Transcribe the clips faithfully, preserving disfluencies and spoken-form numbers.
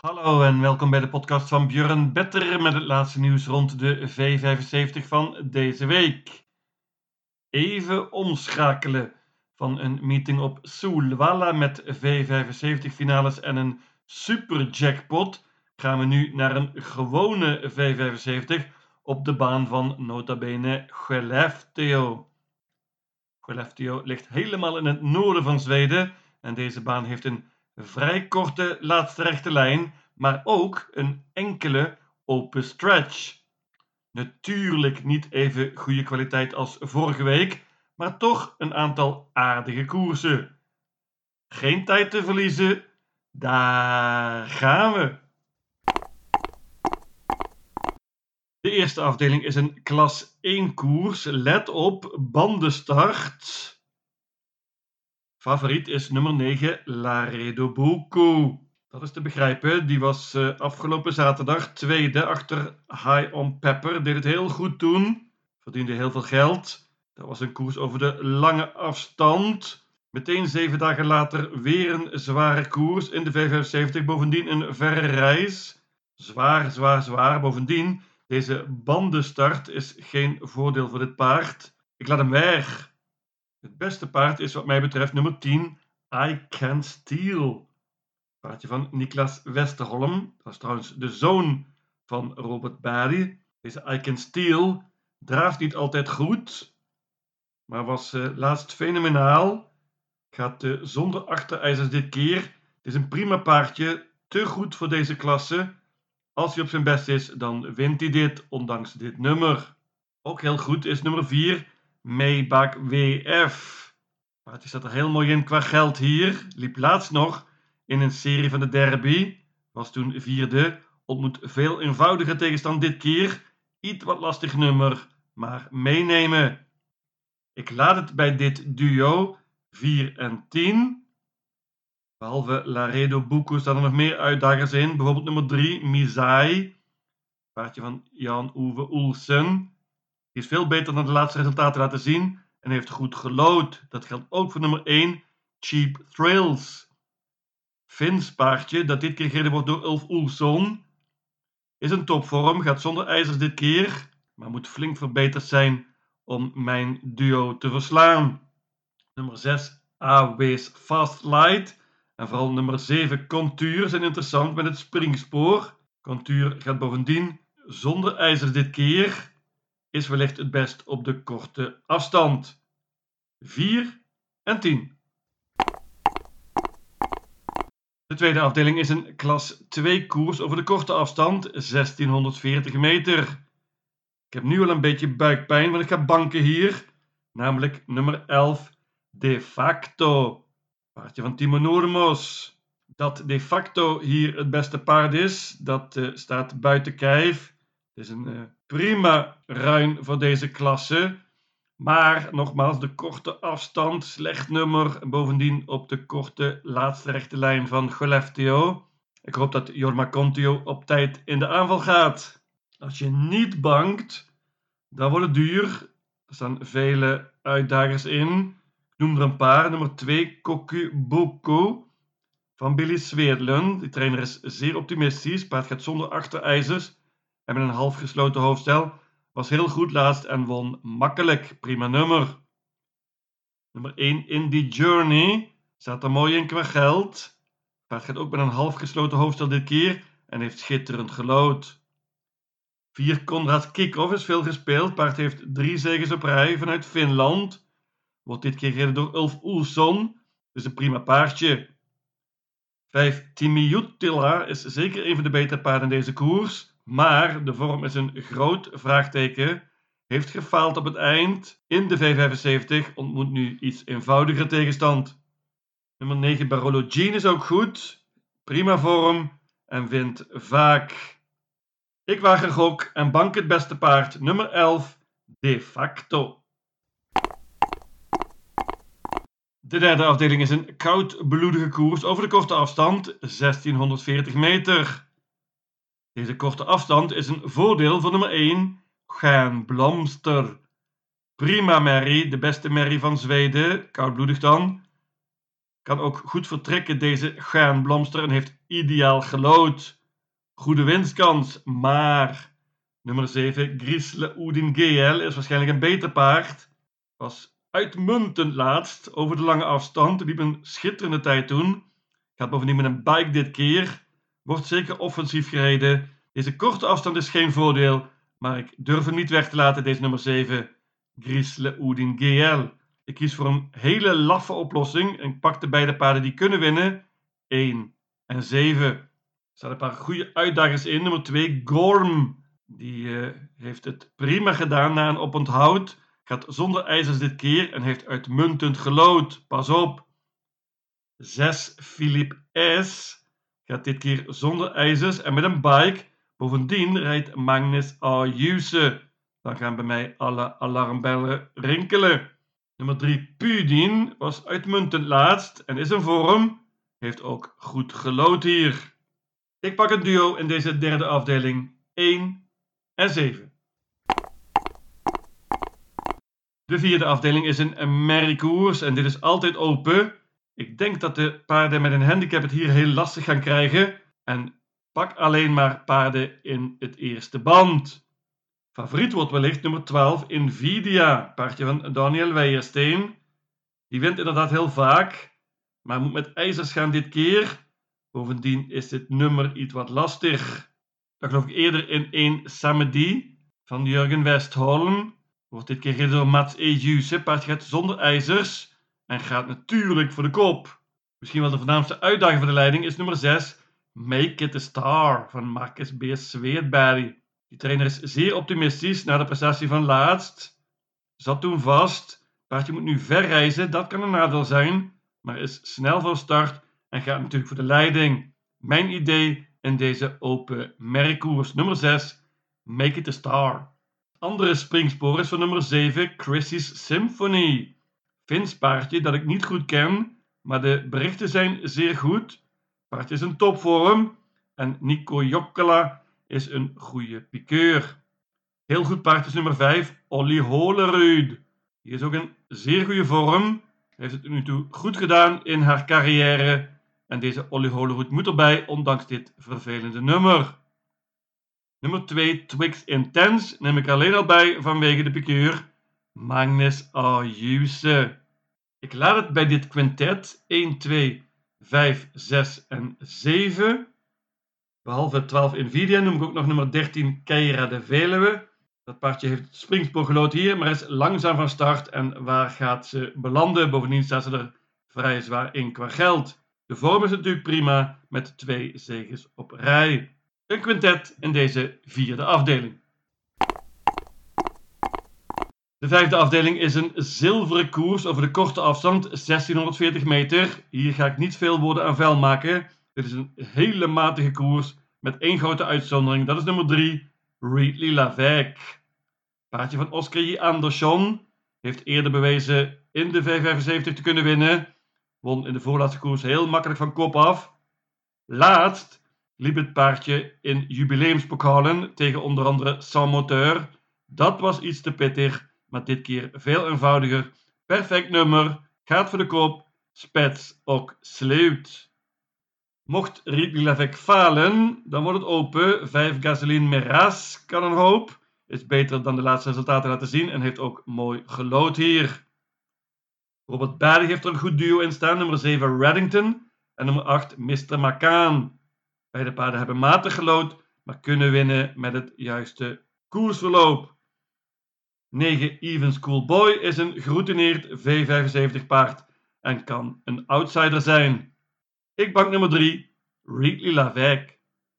Hallo en welkom bij de podcast van Björn Better met het laatste nieuws rond de V vijfenzeventig van deze week. Even omschakelen van een meeting op Solvalla met V vijfenzeventig finales en een superjackpot gaan we nu naar een gewone V vijfenzeventig op de baan van nota bene Skellefteå. Skellefteå ligt helemaal in het noorden van Zweden en deze baan heeft een vrij korte laatste rechte lijn, maar ook een enkele open stretch. Natuurlijk niet even goede kwaliteit als vorige week, maar toch een aantal aardige koersen. Geen tijd te verliezen, daar gaan we! De eerste afdeling is een klas één koers. Let op, bandenstart. Favoriet is nummer negen, Laredo Boko. Dat is te begrijpen. Die was uh, afgelopen zaterdag tweede achter High on Pepper. Deed het heel goed toen. Verdiende heel veel geld. Dat was een koers over de lange afstand. Meteen zeven dagen later weer een zware koers in de V vijfenzeventig. Bovendien een verre reis. Zwaar, zwaar, zwaar. Bovendien, deze bandenstart is geen voordeel voor dit paard. Ik laat hem weg. Het beste paard is wat mij betreft nummer tien, I Can Steal. Paardje van Niklas Westerholm. Dat is trouwens de zoon van Robert Barry. Deze I Can Steal draaft niet altijd goed, maar was uh, laatst fenomenaal. Gaat uh, zonder achterijzers dit keer. Het is een prima paardje, te goed voor deze klasse. Als hij op zijn best is, dan wint hij dit, ondanks dit nummer. Ook heel goed is nummer vier, Maybach W F. Paardje staat er heel mooi in qua geld hier. Liep laatst nog in een serie van de derby. Was toen vierde. Ontmoet veel eenvoudiger tegenstand dit keer. Iets wat lastig nummer, maar meenemen. Ik laat het bij dit duo vier en tien. Behalve Laredo Boko staan er nog meer uitdagers in. Bijvoorbeeld nummer drie, Mizai. Paardje van Jan-Uwe Oelsen. Die is veel beter dan de laatste resultaten laten zien en heeft goed gelood. Dat geldt ook voor nummer één, Cheap Thrills. Fins paardje, dat dit keer gereden wordt door Ulf Oelson, is een topvorm, gaat zonder ijzers dit keer, maar moet flink verbeterd zijn om mijn duo te verslaan. Nummer zes, Always Fast Light. En vooral nummer zeven, Contour, zijn interessant met het springspoor. Contour gaat bovendien zonder ijzers dit keer. Is wellicht het best op de korte afstand. vier en tien. De tweede afdeling is een klas twee koers over de korte afstand, zestienhonderdveertig meter. Ik heb nu al een beetje buikpijn, want ik ga banken hier. Namelijk nummer elf, De Facto. Paardje van Timo Noormos. Dat De Facto hier het beste paard is, dat uh, staat buiten kijf. Het is een uh, prima ruin voor deze klasse. Maar nogmaals, de korte afstand, slecht nummer. Bovendien op de korte laatste rechte lijn van Skellefteå. Ik hoop dat Jorma Kontio op tijd in de aanval gaat. Als je niet bankt, dan wordt het duur. Er staan vele uitdagers in. Ik noem er een paar. Nummer twee, Koku Boko van Billy Sweerlund. Die trainer is zeer optimistisch. Paard gaat zonder achterijzers en met een half gesloten hoofdstel. Was heel goed laatst en won makkelijk. Prima nummer. Nummer één, Indie Journey. Staat er mooi in qua geld. Paard gaat ook met een half gesloten hoofdstel dit keer en heeft schitterend gelood. vier, Konrad Kickoff is veel gespeeld. Paard heeft drie zeges op rij vanuit Finland. Wordt dit keer gereden door Ulf Oelson. Dus een prima paardje. vijf, Timi Juttila is zeker een van de betere paarden in deze koers. Maar de vorm is een groot vraagteken. Heeft gefaald op het eind. In de V vijfenzeventig ontmoet nu iets eenvoudiger tegenstand. Nummer negen, Barolo Jean is ook goed. Prima vorm en wint vaak. Ik waag een gok en bank het beste paard. Nummer elf, De Facto. De derde afdeling is een koudbloedige koers over de korte afstand, zestienhonderdveertig meter. Deze korte afstand is een voordeel voor nummer één, Gaan Blomster. Prima merrie, de beste merrie van Zweden, koudbloedig dan. Kan ook goed vertrekken deze Gaanblomster en heeft ideaal gelood. Goede winstkans, maar nummer zeven Grisle Oudin G L is waarschijnlijk een beter paard. Was uitmuntend laatst over de lange afstand, liep een schitterende tijd toen. Gaat bovendien met een bike dit keer. Wordt zeker offensief gereden. Deze korte afstand is geen voordeel, maar ik durf hem niet weg te laten, deze nummer zeven Grisle Oudin G L. Ik kies voor een hele laffe oplossing en ik pak de beide paarden die kunnen winnen. één en zeven. Er staan een paar goede uitdagers in. Nummer twee Gorm. Die uh, heeft het prima gedaan na een oponthoud. Gaat zonder ijzers dit keer en heeft uitmuntend gelood. Pas op. zes Philippe S. Gaat dit keer zonder ijzers en met een bike. Bovendien rijdt Magnus Ayuse. Dan gaan bij mij alle alarmbellen rinkelen. Nummer drie Pudin was uitmuntend laatst en is in vorm. Heeft ook goed gelood hier. Ik pak een duo in deze derde afdeling. één en zeven. De vierde afdeling is een merriekoers en dit is altijd open. Ik denk dat de paarden met een handicap het hier heel lastig gaan krijgen. En pak alleen maar paarden in het eerste band. Favoriet wordt wellicht nummer twaalf Nvidia, paardje van Daniel Weijersteen. Die wint inderdaad heel vaak, maar moet met ijzers gaan dit keer. Bovendien is dit nummer iets wat lastig. Dan geloof ik eerder in één Samedi van Jurgen Westholm. Wordt dit keer gereden door Mats Ejuse. Paardje gaat zonder ijzers en gaat natuurlijk voor de kop. Misschien wel de voornaamste uitdaging voor de leiding is nummer zes Make It a Star van Marcus B. Sweetberry. Die trainer is zeer optimistisch na de prestatie van laatst. Zat toen vast. Paardje moet nu ver reizen, dat kan een nadeel zijn, maar is snel van start en gaat natuurlijk voor de leiding. Mijn idee in deze open merkkoers. Nummer zes, Make It a Star. Andere springspoor is van nummer zeven, Chrissy's Symphony. Fins paardje dat ik niet goed ken, maar de berichten zijn zeer goed. Paardje is in topvorm en Nico Jokkela is een goede piqueur. Heel goed paard is nummer vijf, Olly Holerud. Die is ook in zeer goede vorm. Heeft het nu toe goed gedaan in haar carrière. En deze Olly Holerud moet erbij, ondanks dit vervelende nummer. Nummer twee, Twix Intense, neem ik alleen al bij vanwege de piqueur. Magnus Ayuse. Ik laat het bij dit quintet één, twee, vijf, zes en zeven. Behalve twaalf Nvidia noem ik ook nog nummer dertien Keira de Veluwe. Dat paardje heeft het springspoor gelood hier, maar is langzaam van start. En waar gaat ze belanden? Bovendien staat ze er vrij zwaar in qua geld. De vorm is natuurlijk prima met twee zeges op rij. Een quintet in deze vierde afdeling. De vijfde afdeling is een zilveren koers over de korte afstand, zestienhonderdveertig meter. Hier ga ik niet veel woorden aan vuil maken. Dit is een hele matige koers met één grote uitzondering. Dat is nummer drie, Ridley Lavec. Paardje van Oscar J. Andersson heeft eerder bewezen in de vijfhonderdvijfenzeventig te kunnen winnen. Won in de voorlaatste koers heel makkelijk van kop af. Laatst liep het paardje in jubileumspokalen tegen onder andere Sans Moteur. Dat was iets te pittig, maar dit keer veel eenvoudiger. Perfect nummer, gaat voor de kop, spets ook sleut. Mocht Ridley Lavec falen, dan wordt het open. vijf Gasoline Meras kan een hoop. Is beter dan de laatste resultaten laten zien en heeft ook mooi gelood hier. Robert Barry heeft er een goed duo in staan. Nummer zeven Reddington en nummer acht mister Macaan. Beide paarden hebben matig gelood, maar kunnen winnen met het juiste koersverloop. negen Even Schoolboy is een geroutineerd V vijfenzeventig paard en kan een outsider zijn. Ik bank nummer drie, Ridley Lavec.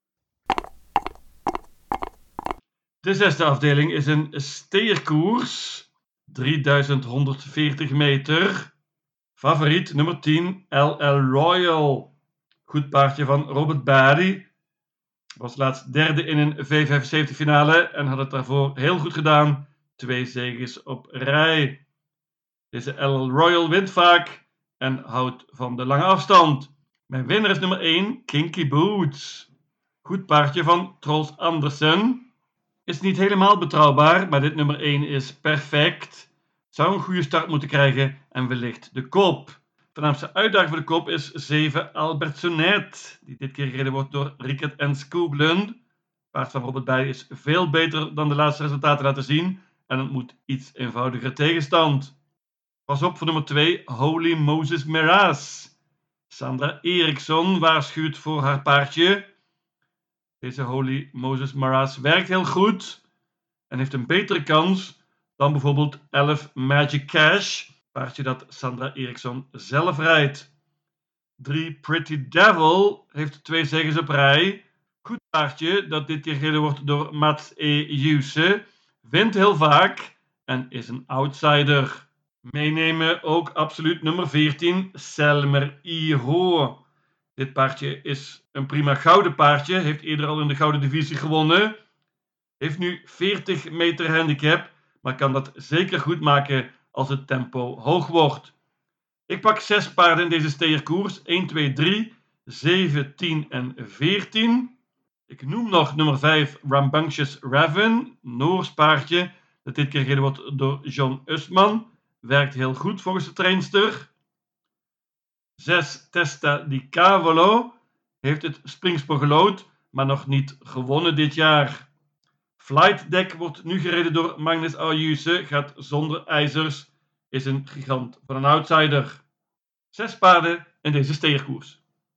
De zesde afdeling is een steerkoers, drieduizend honderdveertig meter. Favoriet nummer tien, L L Royal. Goed paardje van Robert Barry. Was laatst derde in een V vijfenzeventig finale en had het daarvoor heel goed gedaan. Twee zeges op rij. Deze L L Royal wint vaak en houdt van de lange afstand. Mijn winnaar is nummer één, Kinky Boots. Goed paardje van Troels Andersen. Is niet helemaal betrouwbaar, maar dit nummer één is perfect. Zou een goede start moeten krijgen en wellicht de kop. Voornaamste uitdager voor de kop is zeven Albertsonet, die dit keer gereden wordt door Rickert en Skoglund. Paard van Robert Bij is veel beter dan de laatste resultaten laten zien en ontmoet iets eenvoudiger tegenstand. Pas op voor nummer twee, Holy Moses Miraz. Sandra Eriksson waarschuwt voor haar paardje. Deze Holy Moses Miraz werkt heel goed en heeft een betere kans dan bijvoorbeeld elf Magic Cash, paardje dat Sandra Eriksson zelf rijdt. drie Pretty Devil heeft twee zegens op rij. Goed paardje dat dit keer gereden wordt door Mats E. Juse, wint heel vaak en is een outsider. Meenemen ook absoluut nummer veertien, Selmer Iho. Dit paardje is een prima gouden paardje, heeft eerder al in de gouden divisie gewonnen. Heeft nu veertig meter handicap, maar kan dat zeker goed maken als het tempo hoog wordt. Ik pak zes paarden in deze steerkoers, één, twee, drie, zeven, tien en veertien. Ik noem nog nummer vijf, Rambunctious Raven, Noors paardje, dat dit keer gereden wordt door John Usman. Werkt heel goed volgens de trainster. zes Testa di Cavolo heeft het springspoor gelood, maar nog niet gewonnen dit jaar. Flight Deck wordt nu gereden door Magnus Ayuse, gaat zonder ijzers, is een gigant van een outsider. Zes paarden in deze steerkoers.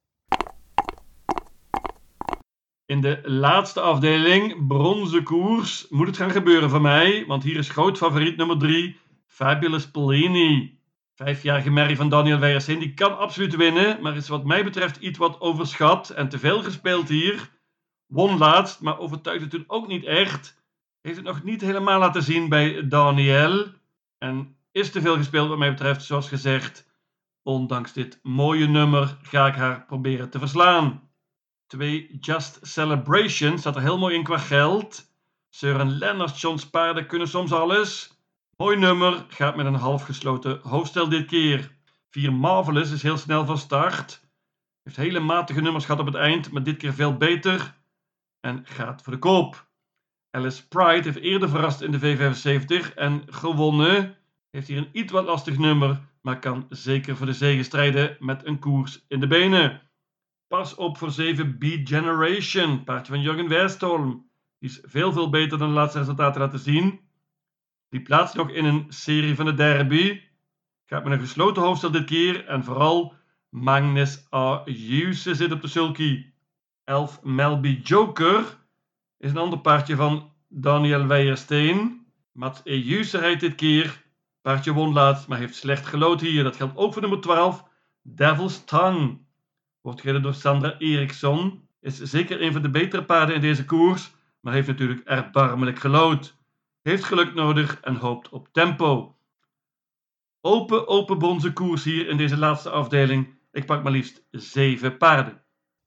In de laatste afdeling, bronzen koers, moet het gaan gebeuren voor mij, want hier is groot favoriet nummer drie, Fabulous Pellini. Vijfjarige merrie van Daniel Weijersen, die kan absoluut winnen, maar is wat mij betreft iets wat overschat en te veel gespeeld hier. Won laatst, maar overtuigde toen ook niet echt. Heeft het nog niet helemaal laten zien bij Daniel. En is te veel gespeeld wat mij betreft, zoals gezegd. Ondanks dit mooie nummer ga ik haar proberen te verslaan. twee Just Celebration staat er heel mooi in qua geld. Søren Lennartssons paarden kunnen soms alles. Mooi nummer, gaat met een half gesloten hoofdstel dit keer. vier Marvelous is heel snel van start. Heeft hele matige nummers gehad op het eind, maar dit keer veel beter. En gaat voor de koop. Alice Pride heeft eerder verrast in de V vijfenzeventig en gewonnen. Heeft hier een iets wat lastig nummer, maar kan zeker voor de zege strijden met een koers in de benen. Pas op voor zeven B-Generation, paardje van Jurgen Westerholm. Die is veel veel beter dan de laatste resultaten laten zien. Die plaatst nog in een serie van de derby. Gaat met een gesloten hoofdstel dit keer en vooral Magnus A. Juse zit op de sulky. elf Melby Joker is een ander paardje van Daniel Weijersteen. Mats E. Juse rijdt dit keer. Paardje won laatst, maar heeft slecht gelood hier. Dat geldt ook voor nummer twaalf, Devil's Tongue. Wordt gereden door Sandra Eriksson. Is zeker een van de betere paarden in deze koers, maar heeft natuurlijk erbarmelijk gelood. Heeft geluk nodig en hoopt op tempo. Open, open bronzen koers hier in deze laatste afdeling. Ik pak maar liefst zeven paarden.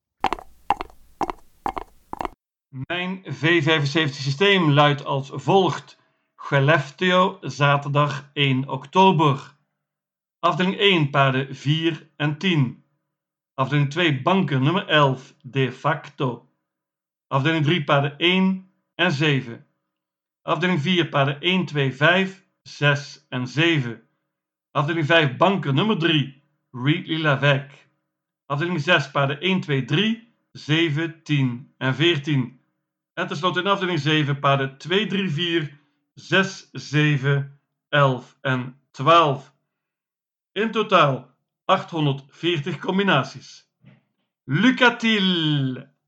Mijn V vijfenzeventig systeem luidt als volgt. Gelefteo, zaterdag één oktober. Afdeling één, paarden vier en tien. Afdeling twee, banken nummer elf, de facto. Afdeling drie, paarden één en zeven. Afdeling vier, paarden één, twee, vijf, zes en zeven. Afdeling vijf, banken nummer drie, Readly Lavec. Afdeling zes, paarden één, twee, drie, zeven, tien en veertien. En tenslotte in afdeling zeven, paarden twee, drie, vier, zes, zeven, elf en twaalf. In totaal achthonderdveertig combinaties. Lucatil!